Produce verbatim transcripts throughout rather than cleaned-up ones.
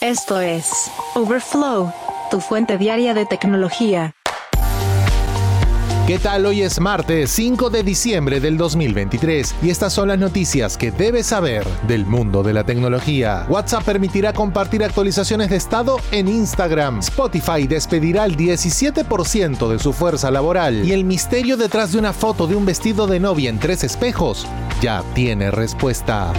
Esto es Overflow, tu fuente diaria de tecnología. ¿Qué tal? Hoy es martes cinco de diciembre del dos mil veintitrés y estas son las noticias que debes saber del mundo de la tecnología. WhatsApp permitirá compartir actualizaciones de estado en Instagram. Spotify despedirá el diecisiete por ciento de su fuerza laboral. Y el misterio detrás de una foto de un vestido de novia en tres espejos ya tiene respuesta.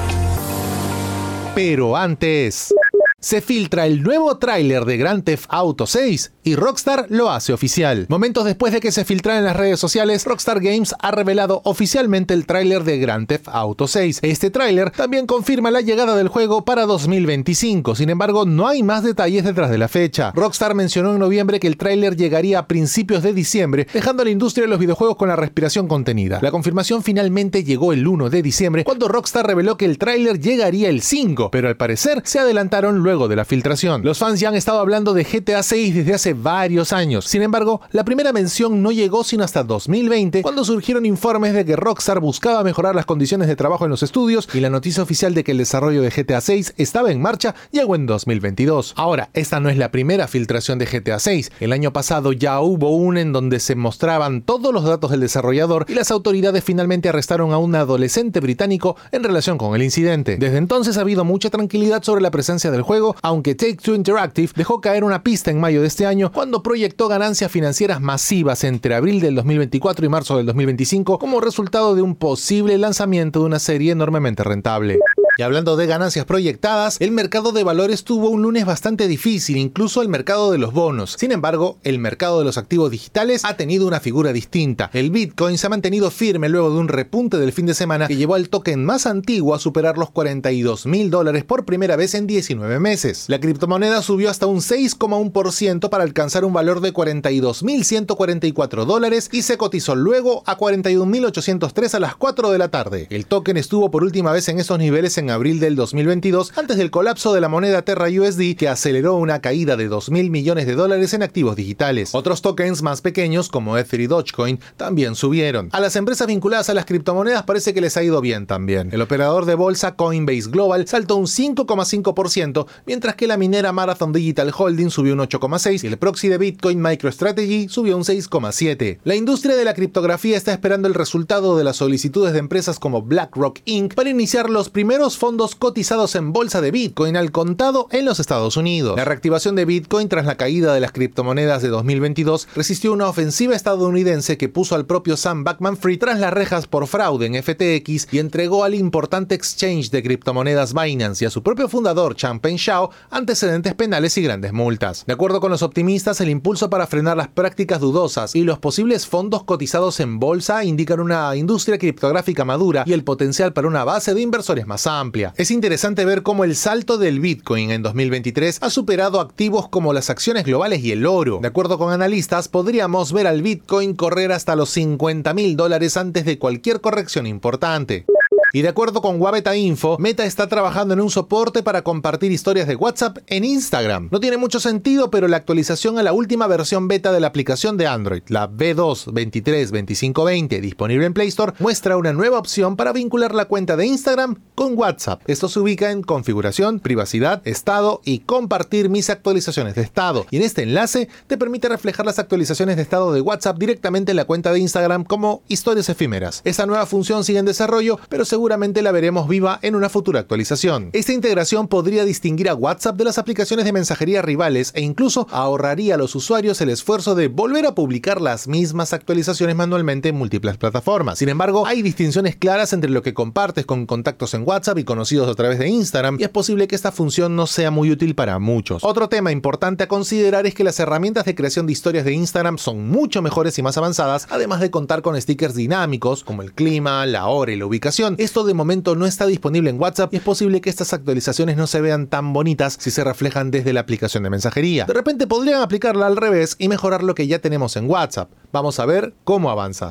Pero antes, se filtra el nuevo tráiler de Grand Theft Auto seis y Rockstar lo hace oficial. Momentos después de que se filtrara en las redes sociales, Rockstar Games ha revelado oficialmente el tráiler de Grand Theft Auto seis. Este tráiler también confirma la llegada del juego para dos mil veinticinco, sin embargo no hay más detalles detrás de la fecha. Rockstar mencionó en noviembre que el tráiler llegaría a principios de diciembre, dejando a la industria de los videojuegos con la respiración contenida. La confirmación finalmente llegó el uno de diciembre, cuando Rockstar reveló que el tráiler llegaría el cinco, pero al parecer se adelantaron luego Luego de la filtración. Los fans ya han estado hablando de G T A seis desde hace varios años. Sin embargo, la primera mención no llegó sino hasta dos mil veinte, cuando surgieron informes de que Rockstar buscaba mejorar las condiciones de trabajo en los estudios, y la noticia oficial de que el desarrollo de G T A seis estaba en marcha llegó en dos mil veintidós. Ahora, esta no es la primera filtración de G T A seis. El año pasado ya hubo una en donde se mostraban todos los datos del desarrollador y las autoridades finalmente arrestaron a un adolescente británico en relación con el incidente. Desde entonces ha habido mucha tranquilidad sobre la presencia del juego, aunque Take-Two Interactive dejó caer una pista en mayo de este año cuando proyectó ganancias financieras masivas entre abril del dos mil veinticuatro y marzo del dos mil veinticinco como resultado de un posible lanzamiento de una serie enormemente rentable. Y hablando de ganancias proyectadas, el mercado de valores tuvo un lunes bastante difícil, incluso el mercado de los bonos. Sin embargo, el mercado de los activos digitales ha tenido una figura distinta. El Bitcoin se ha mantenido firme luego de un repunte del fin de semana que llevó al token más antiguo a superar los cuarenta y dos mil dólares por primera vez en diecinueve meses. La criptomoneda subió hasta un seis coma uno por ciento para alcanzar un valor de cuarenta y dos mil ciento cuarenta y cuatro dólares y se cotizó luego a cuarenta y un mil ochocientos tres a las cuatro de la tarde. El token estuvo por última vez en esos niveles en abril del dos mil veintidós, antes del colapso de la moneda Terra U S D, que aceleró una caída de dos mil millones de dólares en activos digitales. Otros tokens más pequeños, como Ether y Dogecoin, también subieron. A las empresas vinculadas a las criptomonedas parece que les ha ido bien también. El operador de bolsa Coinbase Global saltó un cinco coma cinco por ciento, mientras que la minera Marathon Digital Holding subió un ocho coma seis por ciento y el proxy de Bitcoin MicroStrategy subió un seis coma siete por ciento. La industria de la criptografía está esperando el resultado de las solicitudes de empresas como BlackRock incorporated para iniciar los primeros fondos cotizados en bolsa de Bitcoin al contado en los Estados Unidos. La reactivación de Bitcoin tras la caída de las criptomonedas de dos mil veintidós resistió una ofensiva estadounidense que puso al propio Sam Bankman-Fried tras las rejas por fraude en F T X y entregó al importante exchange de criptomonedas Binance y a su propio fundador Changpeng Zhao antecedentes penales y grandes multas. De acuerdo con los optimistas, el impulso para frenar las prácticas dudosas y los posibles fondos cotizados en bolsa indican una industria criptográfica madura y el potencial para una base de inversores más amplia. Es interesante ver cómo el salto del Bitcoin en dos mil veintitrés ha superado activos como las acciones globales y el oro. De acuerdo con analistas, podríamos ver al Bitcoin correr hasta los cincuenta mil dólares antes de cualquier corrección importante. Y de acuerdo con Wabeta Info, Meta está trabajando en un soporte para compartir historias de WhatsApp en Instagram. No tiene mucho sentido, pero la actualización a la última versión beta de la aplicación de Android, la V dos veintitrés veinticinco veinte, disponible en Play Store, muestra una nueva opción para vincular la cuenta de Instagram con WhatsApp. Esto se ubica en configuración, privacidad, estado y compartir mis actualizaciones de estado. Y en este enlace te permite reflejar las actualizaciones de estado de WhatsApp directamente en la cuenta de Instagram como historias efímeras. Esta nueva función sigue en desarrollo, pero según seguramente la veremos viva en una futura actualización. Esta integración podría distinguir a WhatsApp de las aplicaciones de mensajería rivales e incluso ahorraría a los usuarios el esfuerzo de volver a publicar las mismas actualizaciones manualmente en múltiples plataformas. Sin embargo, hay distinciones claras entre lo que compartes con contactos en WhatsApp y conocidos a través de Instagram, y es posible que esta función no sea muy útil para muchos. Otro tema importante a considerar es que las herramientas de creación de historias de Instagram son mucho mejores y más avanzadas, además de contar con stickers dinámicos como el clima, la hora y la ubicación. Esto de momento no está disponible en WhatsApp y es posible que estas actualizaciones no se vean tan bonitas si se reflejan desde la aplicación de mensajería. De repente podrían aplicarla al revés y mejorar lo que ya tenemos en WhatsApp. Vamos a ver cómo avanza.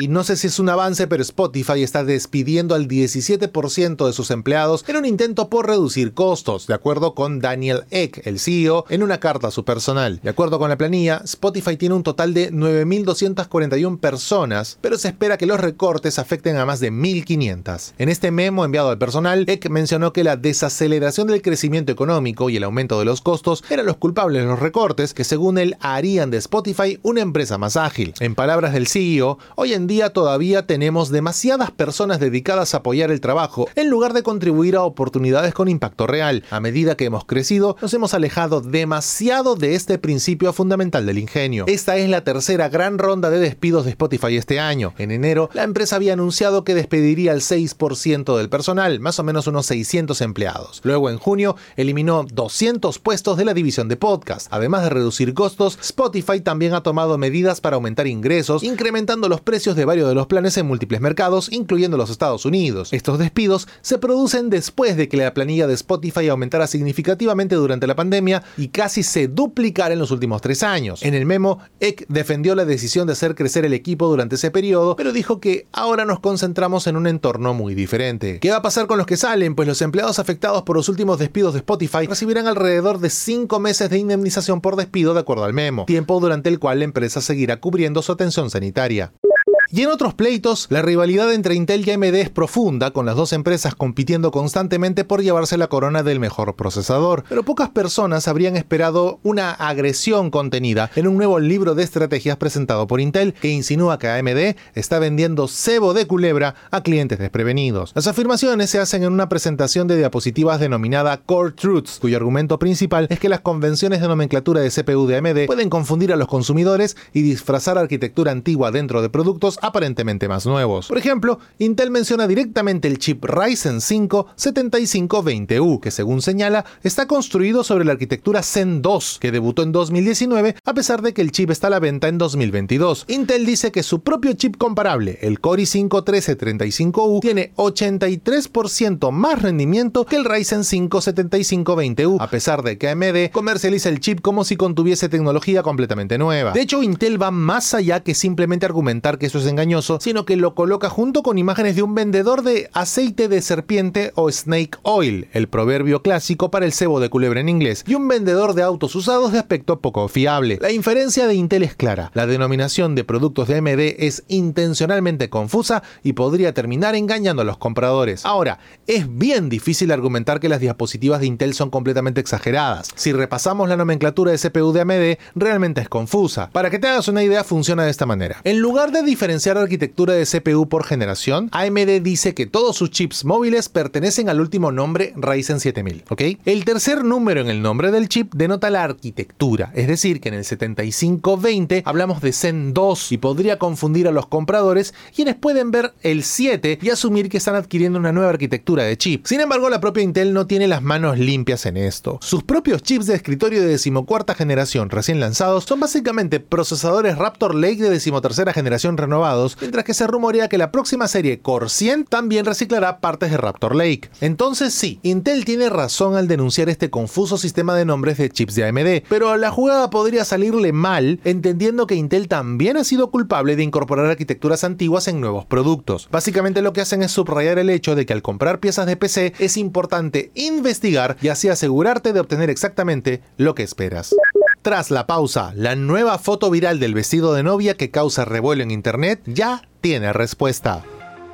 Y no sé si es un avance, pero Spotify está despidiendo al diecisiete por ciento de sus empleados en un intento por reducir costos, de acuerdo con Daniel Ek, el C E O, en una carta a su personal. De acuerdo con la planilla, Spotify tiene un total de nueve mil doscientas cuarenta y una personas, pero se espera que los recortes afecten a más de mil quinientas. En este memo enviado al personal, Ek mencionó que la desaceleración del crecimiento económico y el aumento de los costos eran los culpables de los recortes que, según él, harían de Spotify una empresa más ágil. En palabras del C E O, hoy en día todavía tenemos demasiadas personas dedicadas a apoyar el trabajo en lugar de contribuir a oportunidades con impacto real. A medida que hemos crecido, nos hemos alejado demasiado de este principio fundamental del ingenio. Esta es la tercera gran ronda de despidos de Spotify este año. En enero, la empresa había anunciado que despediría al seis por ciento del personal, más o menos unos seiscientos empleados. Luego, en junio, eliminó doscientos puestos de la división de podcast. Además de reducir costos, Spotify también ha tomado medidas para aumentar ingresos, incrementando los precios de varios de los planes en múltiples mercados, incluyendo los Estados Unidos. Estos despidos se producen después de que la planilla de Spotify aumentara significativamente durante la pandemia y casi se duplicara en los últimos tres años. En el memo, Ek defendió la decisión de hacer crecer el equipo durante ese periodo, pero dijo que ahora nos concentramos en un entorno muy diferente. ¿Qué va a pasar con los que salen? Pues los empleados afectados por los últimos despidos de Spotify recibirán alrededor de cinco meses de indemnización por despido, de acuerdo al memo, tiempo durante el cual la empresa seguirá cubriendo su atención sanitaria. Y en otros pleitos, la rivalidad entre Intel y A M D es profunda, con las dos empresas compitiendo constantemente por llevarse la corona del mejor procesador. Pero pocas personas habrían esperado una agresión contenida en un nuevo libro de estrategias presentado por Intel, que insinúa que A M D está vendiendo cebo de culebra a clientes desprevenidos. Las afirmaciones se hacen en una presentación de diapositivas denominada Core Truths, cuyo argumento principal es que las convenciones de nomenclatura de C P U de A M D pueden confundir a los consumidores y disfrazar arquitectura antigua dentro de productos aparentemente más nuevos. Por ejemplo, Intel menciona directamente el chip Ryzen cinco setenta y cinco veinte U, que según señala, está construido sobre la arquitectura Zen dos, que debutó en dos mil diecinueve, a pesar de que el chip está a la venta en dos mil veintidós. Intel dice que su propio chip comparable, el Core i cinco trece treinta y cinco U, tiene ochenta y tres por ciento más rendimiento que el Ryzen cinco setenta y cinco veinte U, a pesar de que A M D comercializa el chip como si contuviese tecnología completamente nueva. De hecho, Intel va más allá que simplemente argumentar que eso es engañoso, sino que lo coloca junto con imágenes de un vendedor de aceite de serpiente o snake oil, el proverbio clásico para el cebo de culebra en inglés, y un vendedor de autos usados de aspecto poco fiable. La inferencia de Intel es clara: la denominación de productos de A M D es intencionalmente confusa y podría terminar engañando a los compradores. Ahora, es bien difícil argumentar que las diapositivas de Intel son completamente exageradas. Si repasamos la nomenclatura de C P U de A M D, realmente es confusa. Para que te hagas una idea, funciona de esta manera. En lugar de diferenciar arquitectura de C P U por generación, A M D dice que todos sus chips móviles pertenecen al último nombre Ryzen siete mil, ¿ok? El tercer número en el nombre del chip denota la arquitectura, es decir, que en el setenta y cinco veinte hablamos de Zen dos y podría confundir a los compradores, quienes pueden ver el siete y asumir que están adquiriendo una nueva arquitectura de chip. Sin embargo, la propia Intel no tiene las manos limpias en esto. Sus propios chips de escritorio de decimocuarta generación recién lanzados son básicamente procesadores Raptor Lake de decimotercera generación renovados, mientras que se rumorea que la próxima serie Core cien también reciclará partes de Raptor Lake. Entonces sí, Intel tiene razón al denunciar este confuso sistema de nombres de chips de A M D, pero la jugada podría salirle mal, entendiendo que Intel también ha sido culpable de incorporar arquitecturas antiguas en nuevos productos. Básicamente lo que hacen es subrayar el hecho de que al comprar piezas de P C es importante investigar y así asegurarte de obtener exactamente lo que esperas. Tras la pausa, la nueva foto viral del vestido de novia que causa revuelo en internet ya tiene respuesta.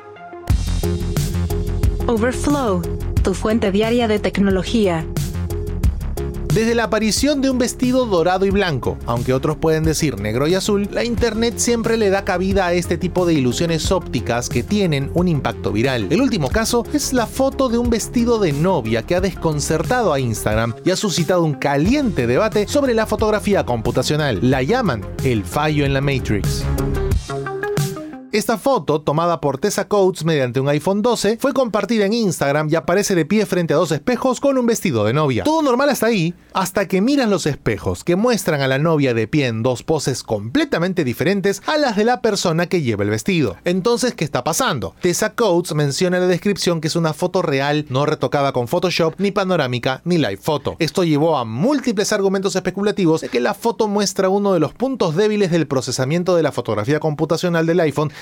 Overflow, tu fuente diaria de tecnología. Desde la aparición de un vestido dorado y blanco, aunque otros pueden decir negro y azul, la internet siempre le da cabida a este tipo de ilusiones ópticas que tienen un impacto viral. El último caso es la foto de un vestido de novia que ha desconcertado a Instagram y ha suscitado un caliente debate sobre la fotografía computacional. La llaman el fallo en la Matrix. Esta foto, tomada por Tessa Coates mediante un iPhone doce, fue compartida en Instagram y aparece de pie frente a dos espejos con un vestido de novia. Todo normal hasta ahí, hasta que miras los espejos, que muestran a la novia de pie en dos poses completamente diferentes a las de la persona que lleva el vestido. Entonces, ¿qué está pasando? Tessa Coates menciona en la descripción que es una foto real, no retocada con Photoshop, ni panorámica, ni live photo. Esto llevó a múltiples argumentos especulativos de que la foto muestra uno de los puntos débiles del procesamiento de la fotografía computacional del iPhone,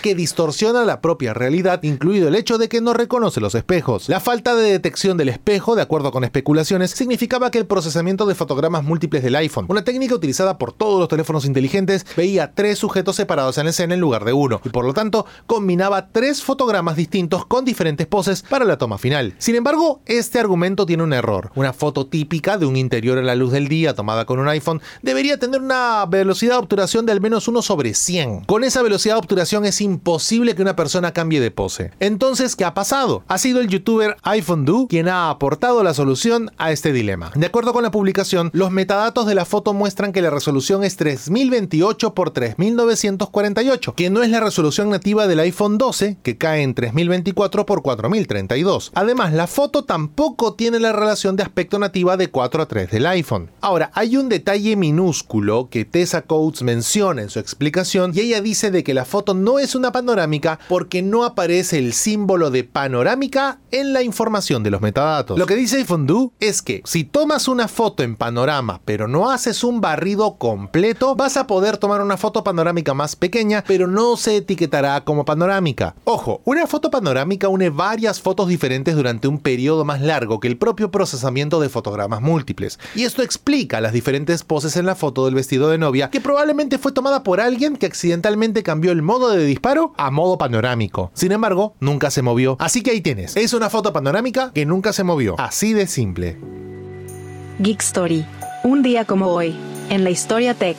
que distorsiona la propia realidad, incluido el hecho de que no reconoce los espejos. La falta de detección del espejo, de acuerdo con especulaciones, significaba que el procesamiento de fotogramas múltiples del iPhone, una técnica utilizada por todos los teléfonos inteligentes, veía tres sujetos separados en escena en lugar de uno, y por lo tanto combinaba tres fotogramas distintos con diferentes poses para la toma final. Sin embargo, este argumento tiene un error. Una foto típica de un interior a la luz del día tomada con un iPhone debería tener una velocidad de obturación de al menos uno sobre cien. Con esa velocidad de obturación es imposible que una persona cambie de pose. Entonces, ¿qué ha pasado? Ha sido el youtuber iPhoneDo quien ha aportado la solución a este dilema. De acuerdo con la publicación, los metadatos de la foto muestran que la resolución es tres mil veintiocho por tres mil novecientos cuarenta y ocho, que no es la resolución nativa del iPhone doce, que cae en tres mil veinticuatro por cuatro mil treinta y dos. Además, la foto tampoco tiene la relación de aspecto nativa de cuatro a tres del iPhone. Ahora, hay un detalle minúsculo que Tessa Coates menciona en su explicación, y ella dice de que la foto no es una panorámica porque no aparece el símbolo de panorámica en la información de los metadatos. Lo que dice iPhoneDo es que si tomas una foto en panorama pero no haces un barrido completo, vas a poder tomar una foto panorámica más pequeña, pero no se etiquetará como panorámica. Ojo, una foto panorámica une varias fotos diferentes durante un periodo más largo que el propio procesamiento de fotogramas múltiples, y esto explica las diferentes poses en la foto del vestido de novia, que probablemente fue tomada por alguien que accidentalmente cambió el modo de disparo a modo panorámico. Sin embargo, nunca se movió. Así que ahí tienes, es una foto panorámica que nunca se movió. Así de simple. Geek Story. Un día como hoy, en la historia tech.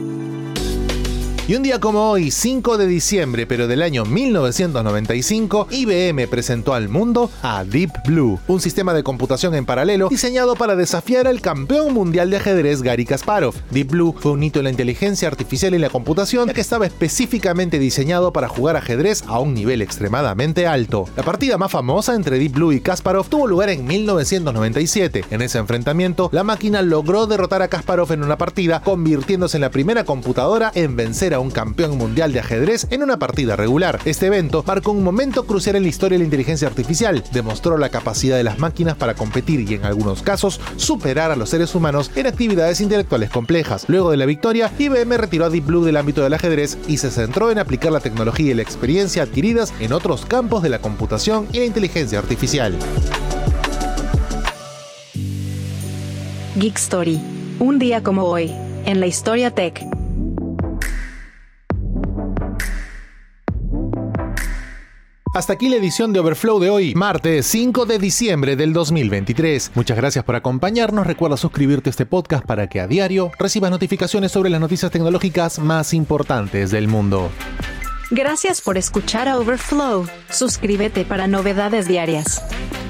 Y un día como hoy, cinco de diciembre, pero del año mil novecientos noventa y cinco, I B M presentó al mundo a Deep Blue, un sistema de computación en paralelo diseñado para desafiar al campeón mundial de ajedrez Garry Kasparov. Deep Blue fue un hito en la inteligencia artificial y la computación, ya que estaba específicamente diseñado para jugar ajedrez a un nivel extremadamente alto. La partida más famosa entre Deep Blue y Kasparov tuvo lugar en mil novecientos noventa y siete. En ese enfrentamiento, la máquina logró derrotar a Kasparov en una partida, convirtiéndose en la primera computadora en vencer a un campeón mundial de ajedrez en una partida regular. Este evento marcó un momento crucial en la historia de la inteligencia artificial, demostró la capacidad de las máquinas para competir y en algunos casos superar a los seres humanos en actividades intelectuales complejas. Luego de la victoria, I B M retiró a Deep Blue del ámbito del ajedrez y se centró en aplicar la tecnología y la experiencia adquiridas en otros campos de la computación y la inteligencia artificial. Geek Story. Un día como hoy, en la historia tech. Hasta aquí la edición de Overflow de hoy, martes cinco de diciembre del dos mil veintitrés. Muchas gracias por acompañarnos. Recuerda suscribirte a este podcast para que a diario recibas notificaciones sobre las noticias tecnológicas más importantes del mundo. Gracias por escuchar a Overflow. Suscríbete para novedades diarias.